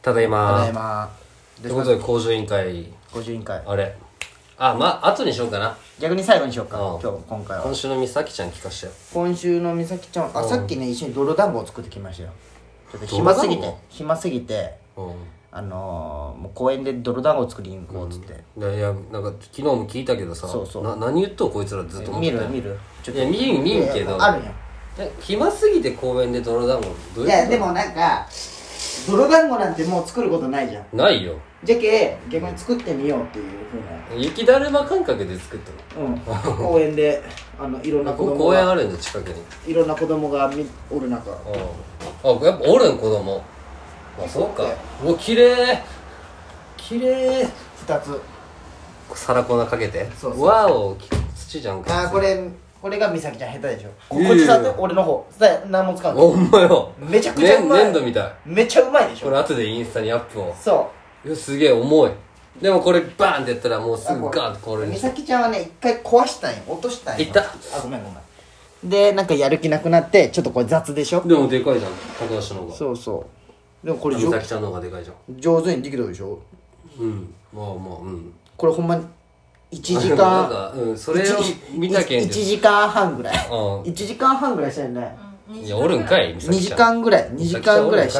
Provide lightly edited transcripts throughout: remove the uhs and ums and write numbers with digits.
ただいま。 ただいま。 ということで、向上委員会。あれ。後にしようかな。 逆に最後にしようか。今回は。 今週のみさきちゃん聞かしてよ。 今週のみさきちゃん、さっきね、一緒に泥団子を作ってきましたよ。ちょっと暇すぎて、もう公園で泥団子を作りに行こうっつって。 いや、なんか昨日も聞いたけどさ、何言っとうこいつらずっと思ってた。 見るいや、見んけど。 あるやん。 暇すぎて公園で泥団子、どういうこと？ いや、でもなんか、泥団子なんてもう作ることないじゃん。 ないよ。 じゃけ逆に作ってみようっていうふうな。 雪だるま感覚で作ったの。公園でいろんな子供が。 公園あるんだ、近くに。 いろんな子供がおる中。 やっぱおるん、子供。そうか。綺麗。2 つ皿粉かけて。わお、土じゃんか。 これがみさきちゃん下手でしょ。こっちだって俺の方何も使うの。 ほんまよ。 めちゃくちゃうまい。 粘土みたい。 めちゃうまいでしょ。 これ後でインスタにアップを。 そう。 いや、すげえ重い。でもこれバーンってやったらもうすぐガーンって壊れる。 みさきちゃんはね、一回壊したんよ。落としたんよ。 いった。 ごめん。で、なんかやる気なくなって、ちょっとこれ雑でしょ。 でもでかいじゃん、高橋の方が。 そうでもこれみさきちゃんの方がでかいじゃん。 上手にできるでしょ。 まあこれほんまに1時間それを見たけん 1時間半ぐらい1時間半ぐらいしたよね。 いやおるんかい。 2時間ぐらいした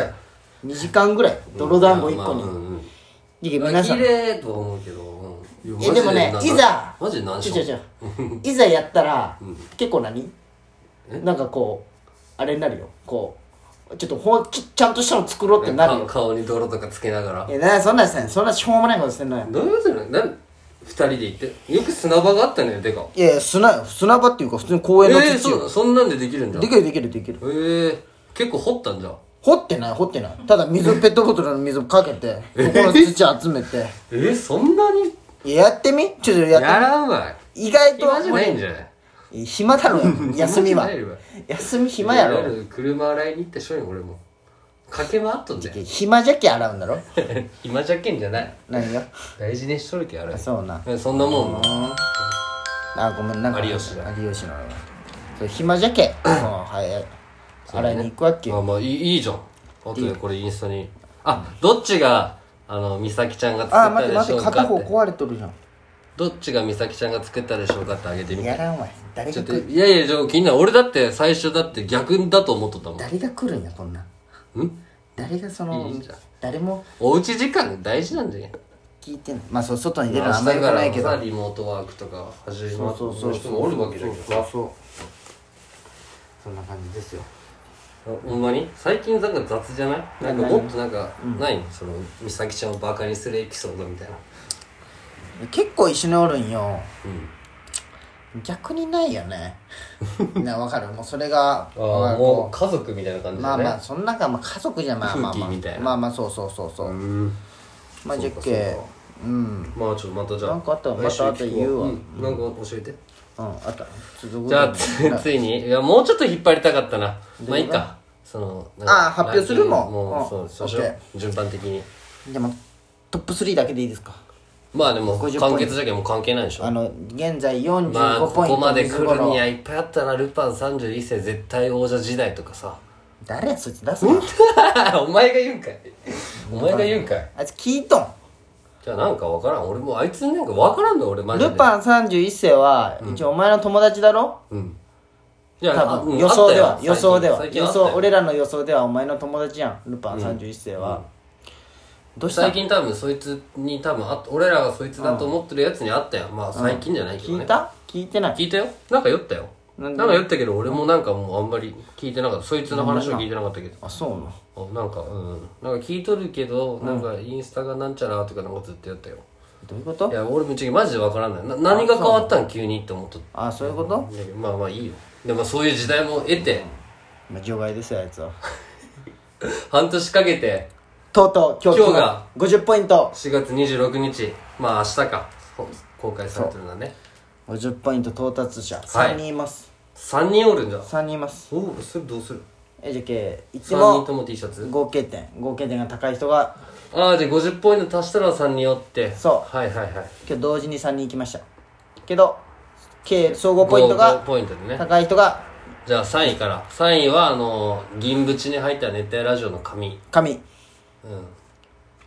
2時間ぐらい泥団子1個に綺麗とは思うけど。 でもね、いざマジで何しよういざやったら結構なんかこうあれになるよ。こうちょっとちゃんとしたの作ろうってなるよ。 顔に泥とかつけながら。 いやそんなしょうもないことしてんのよ。 どういうことなの？2人で行ってよく砂場があったのよ。でかいや砂場っていうか普通に公園の土よ。 そんなんでできるんだ。 できる結構掘ったんじゃん。 掘ってないただペットボトルの水かけてそこの土集めてそんなにやってみちょっとやってみ。 やらんわ。 意外と暇じゃないんじゃない？ 暇だろ休みは。休み暇やろ。 車洗いに行ってしょよ。俺も駆け回っとんだよ。 暇じゃけ洗うんだろ。 暇じゃけんじゃない。 何が大事にしとるけ洗う。 そうな。 そんなもん。 ごめん、なんか有吉の暇じゃけ洗いに行くわけ。 まあいいじゃん。あとでこれインスタにどっちがみさきちゃんが作ったでしょうかって。 片方壊れとるじゃん。 どっちがみさきちゃんが作ったでしょうかってあげてみて。 やらんわ。誰が来る？ いや気になる。俺だって最初だって逆だと思っとったもん。 誰が来るんやこんなん。誰が誰もおうち時間大事なんじゃん。 聞いてんの。まあ外に出るのはあんまり良くないけど、 リモートワークとか始めます人もおるわけじゃけどさ。 そんな感じですよ。 ほんまに最近なんか雑じゃない？なんかもっとなんかないの？そのみさきちゃんをバカにするエピソードみたいな。 結構一緒におるんよ。逆にないよね。わかる。もうそれがもう家族みたいな感じだね。 そんなか家族じゃ空気みたいな。 そうじゃっけまあちょっとまたじゃあなんかあったらまた後言うわ。 なんか教えて。 あった。 じゃあついにもうちょっと引っ張りたかったな。まあいいか。 発表するもん。 もうそうしよう。順番的に。 でもトップ3だけでいいですか？ まあでも完結だけも関係ないでしょ。 現在45ポイント。 まあここまで来るにはいっぱいあったな。ルパン31世絶対王者時代とかさ。 誰やそいつ出すの？ お前が言うんかい。 あいつ聞いとん。 じゃあなんか分からん。俺もうあいつなんか分からんだよ俺マジで。 ルパン31世は一応お前の友達だろ？ いや多分予想では俺らの予想ではお前の友達やん。ルパン31世はどうした？ 最近多分そいつに俺らがそいつだと思ってるやつに会ったよ。まあ最近じゃないけどね。 聞いてない。 聞いたよ。なんか酔ったよ。なんか酔ったけど俺もなんかもうあんまり聞いてなかった。そいつの話は聞いてなかったけど。 そうな。 なんか聞いとるけどなんかインスタがなんちゃらとかなんかずっとやったよ。 どういうこと？ いや俺もマジでわからない。何が変わったん急にって思っとった。 そういうこと？ まあいいよ。でもそういう時代も得て除外ですよあいつは。 半年かけてとうとう今日が50ポイント。 4月26日まあ明日か公開されてるんだね。 50ポイント到達者3人います。 3人おるんじゃん。 3人います。 それどうする？ じゃけいつも 3人とも T シャツ合計点が高い人がじゃあ50ポイント足したら3人おって。 そうはい今日同時に3人行きましたけど計総合ポイントが高い人がじゃあ3位から。3位は銀縁に入った熱帯ラジオの紙。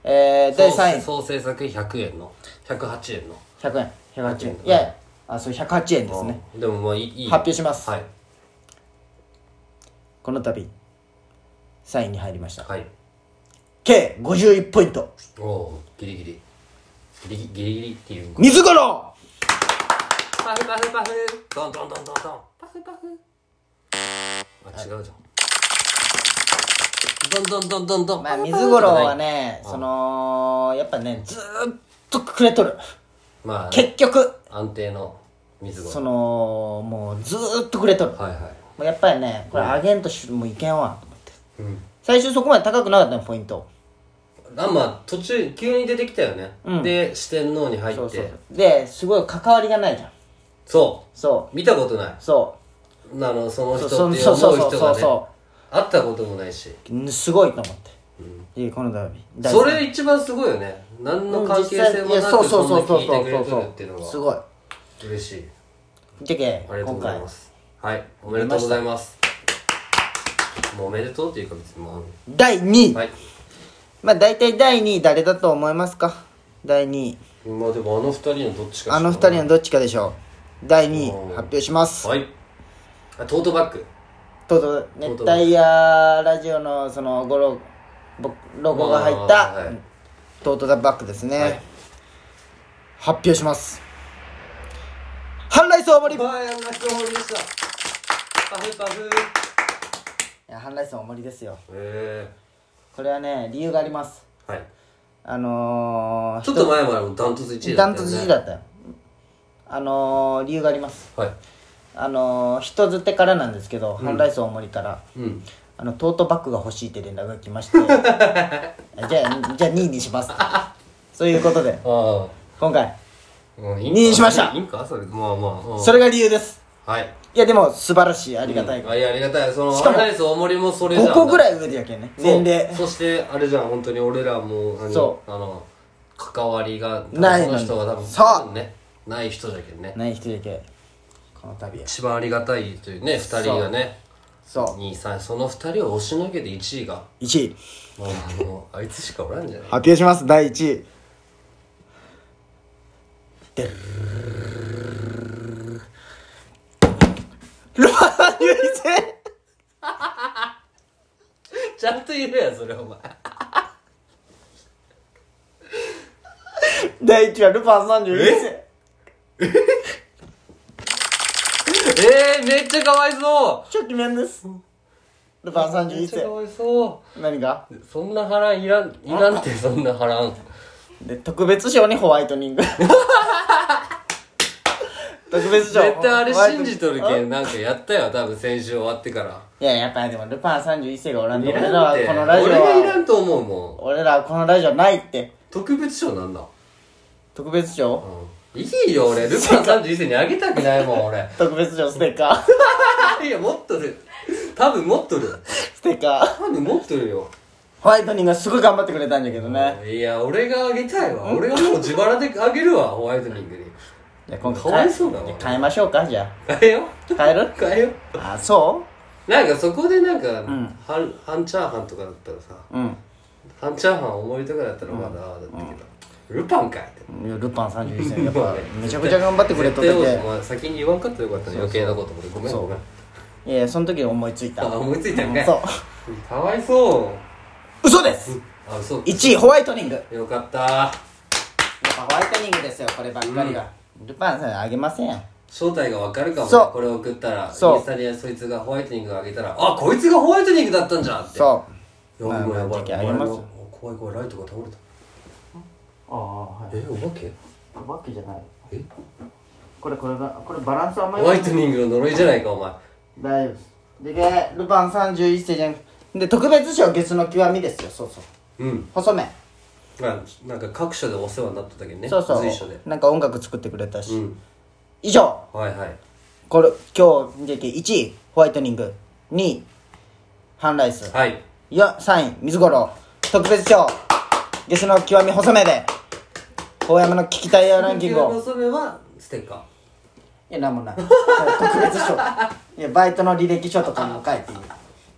第3位総制作費100円の108円の 100円108円いやいやそう108円ですね。 でもまあいい発表します。 はいこの度3位に入りました、 はい計51ポイントおおギリギリっていう水五郎パフパフパフドンドンドンドンドンパフパフあ違うじゃんどんどんどんどんどんまあ水五郎はねやっぱねずーっとくれとるまあ結局安定の水五郎もうずーっとくれとるはいはいもうやっぱりねこれあげんとしてもいけんわと思ってうん最初そこまで高くなかったのポイントまあ途中急に出てきたよね、で四天王に入ってそうですごい関わりがないじゃんそう見たことないそうその人って思う人がね会ったこともないしすごいと思って、この度それ一番すごいよね何の関係性もなくそんな聞いてくれてるっていうのがすごい嬉しいじゃけありがとうございますはいおめでとうございますもうおめでとうっていうか別にもう第2位はいまあ大体第2位誰だと思いますか第2位まあでもあの二人のどっちかあの2人のどっちかでしょう第2位発表しますはいトートバッグ熱帯夜ラジオのそのロゴが入ったトートバッグですね、発表します半ライス大盛りはい半ライス大盛りでしたパフパフいや半ライス大盛りですよへこれはね理由がありますはいちょちょっと前までもダントツ1位だったよねダントツ1位だったよ理由がありますはい人づてからなんですけど、半ライス大盛りからトートバッグが欲しいって連絡が来ましてじゃあ2位にしますそういうことで今回2位にしましたいいんかそれまあまあそれが理由ですはいいやでも素晴らしいありがたいありがたいそのしかも半ライス大盛りもそれじゃん 5個ぐらい上でやけんね年齢そしてあれじゃん本当に俺らも関わりがないのにこの人は多分そうねない人だけどねない人だけこの度一番ありがたいというね2人がねそう 2、3その2人を押しのけて1位が 1位もうあいつしかおらんじゃない発表します第1位ルパン優勢ちゃんと言えやそれお前第1位はルパン31世めっちゃかわいそう初期面ですルパン31世めっちゃかわいそう何がそんな波乱いらんってそんな波乱で特別賞にホワイトニング特別賞絶対あれ信じとるけんなんかやったよ多分先週終わってからいややっぱりでもルパン31世がおらんといらん俺らはってこのラジオ俺がいらはんと思うもん俺らはこのラジオないって特別賞なんだ特別賞いいよ俺ルパン31世にあげたくないもん俺特別賞ステッカーいや持っとる多分持っとるステッカー多分持っとるよホワイトニングがすごい頑張ってくれたんだけどねいや俺があげたいわ俺がもう自腹であげるわホワイトニングにじゃあ今回かわいそうだわ変えましょうかじゃ変えよあ変える変えよあそなんかそこでなんか、半チャーハンとかだったらさううん半チャーハン思いとかだったらまだだったけど、ルパンかいっていやルパン31世やっぱめちゃくちゃ頑張ってくれとって絶対お前先に言わんかったらよかったね余計なこと俺ごめんごめんいやその時思いついたあ思いついたんかいそうかわいそう嘘ですあ嘘 1位ホワイトニングやっよかったぱホワイトニングですよこればっかりが、ルパンさんあげません正体がわかるかもねそうこれ送ったらインそうスタにそいつがホワイトニングあげたらあこいつがホワイトニングだったんじゃんってそうやばいやばいじゃああげます怖い怖いライトが倒れたああはいお化けお化けじゃないえこれバランスあんまりホワイトニングの呪いじゃないかお前大丈夫ですでルパン31世じゃんで特別賞ゲスの極みですよそう細麺なんか各所でお世話になっただけねそう随所でなんか音楽作ってくれたし、以上はいはいこれ今日で1位ホワイトニング2位半ライスはい 3位水五郎特別賞ゲスの極み細めで大山の聞きたいやランキングをそれはステッカーいやなんもない特別賞いやバイトの履歴書とかにも書いていい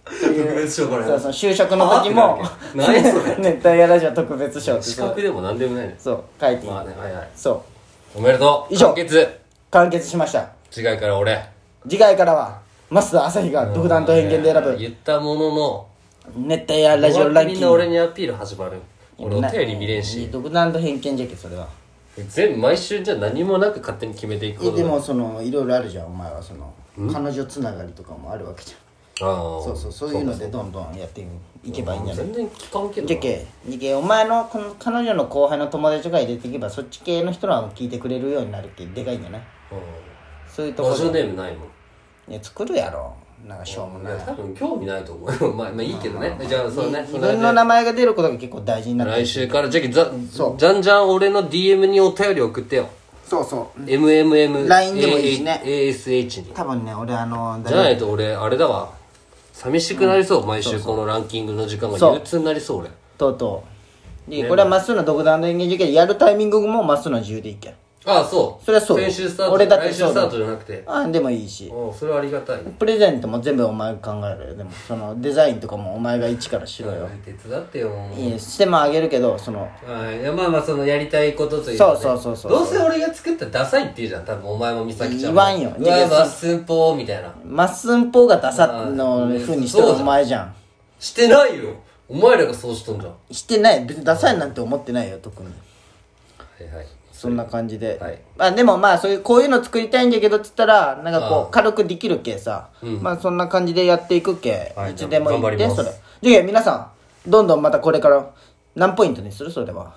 特別賞これそう就職の時も何それ熱帯夜ラジオ特別賞って資格でも何でもないねそう書いていい、 まあねはいはいそうおめでとう以上完結完結しました。 次回から俺次回からは増田朝日が独断と偏見で選ぶ言ったものの熱帯夜ラジオランキング。 みんな俺にアピール始まる俺お便り見れんし独断と偏見じゃけそれは。 全部毎週じゃ何もなく勝手に決めていくことでもいろいろあるじゃんお前は彼女つながりとかもあるわけじゃん。そういうのでどんどんやっていけばいいんじゃない。 全然聞かんけどじゃけお前のこの彼女の後輩の友達とか入れていけばそっち系の人らも聞いてくれるようになるってでかいんじゃない。そういうところラジオネームないもん。 いや作るやろなんかしょうもない。 多分興味ないと思うよまあいいけどねじゃあそうね自分の名前が出ることが結構大事になって来週からじゃんじゃん俺の DM にお便り送ってよ。 そうそう MMM LINE でもいいしね ASH に多分ね俺じゃないと俺あれだわ寂しくなりそう、毎週このランキングの時間が憂鬱になりそう俺とうとうでこれはまっすぐの独断と偏見事件やるタイミングもまっすぐの自由でいいけん。 ああそうそれはそう先週スタート俺だって来週スタートじゃなくてでもいいしそれはありがたいプレゼントも全部お前が考えるよ。でもデザインとかもお前が一からしろよ。 手伝ってよいいしてもあげるけどいやまあやりたいことというか、ね、 そうどうせ俺が作ったらダサいって言うじゃん多分お前も美咲ちゃんも言わんようわまっすんぽーみたいなまっすんぽがダサの風にしてるお前じゃん。 してないよお前らがそうしとんじゃん。 してない別にダサいなんて思ってないよ特に。 はいはいそんな感じで、 はい、 でもこういうの作りたいんだけどっつったらなんか軽くできるけさ、そんな感じでやっていくけ、いつでもいいってそれ。じゃあ皆さんどんどんまたこれから何ポイントにするそれは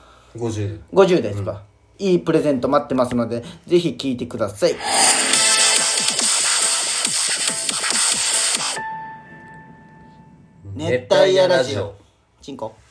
50ですか、いいプレゼント待ってますのでぜひ聞いてください。熱帯夜ラジオチンコ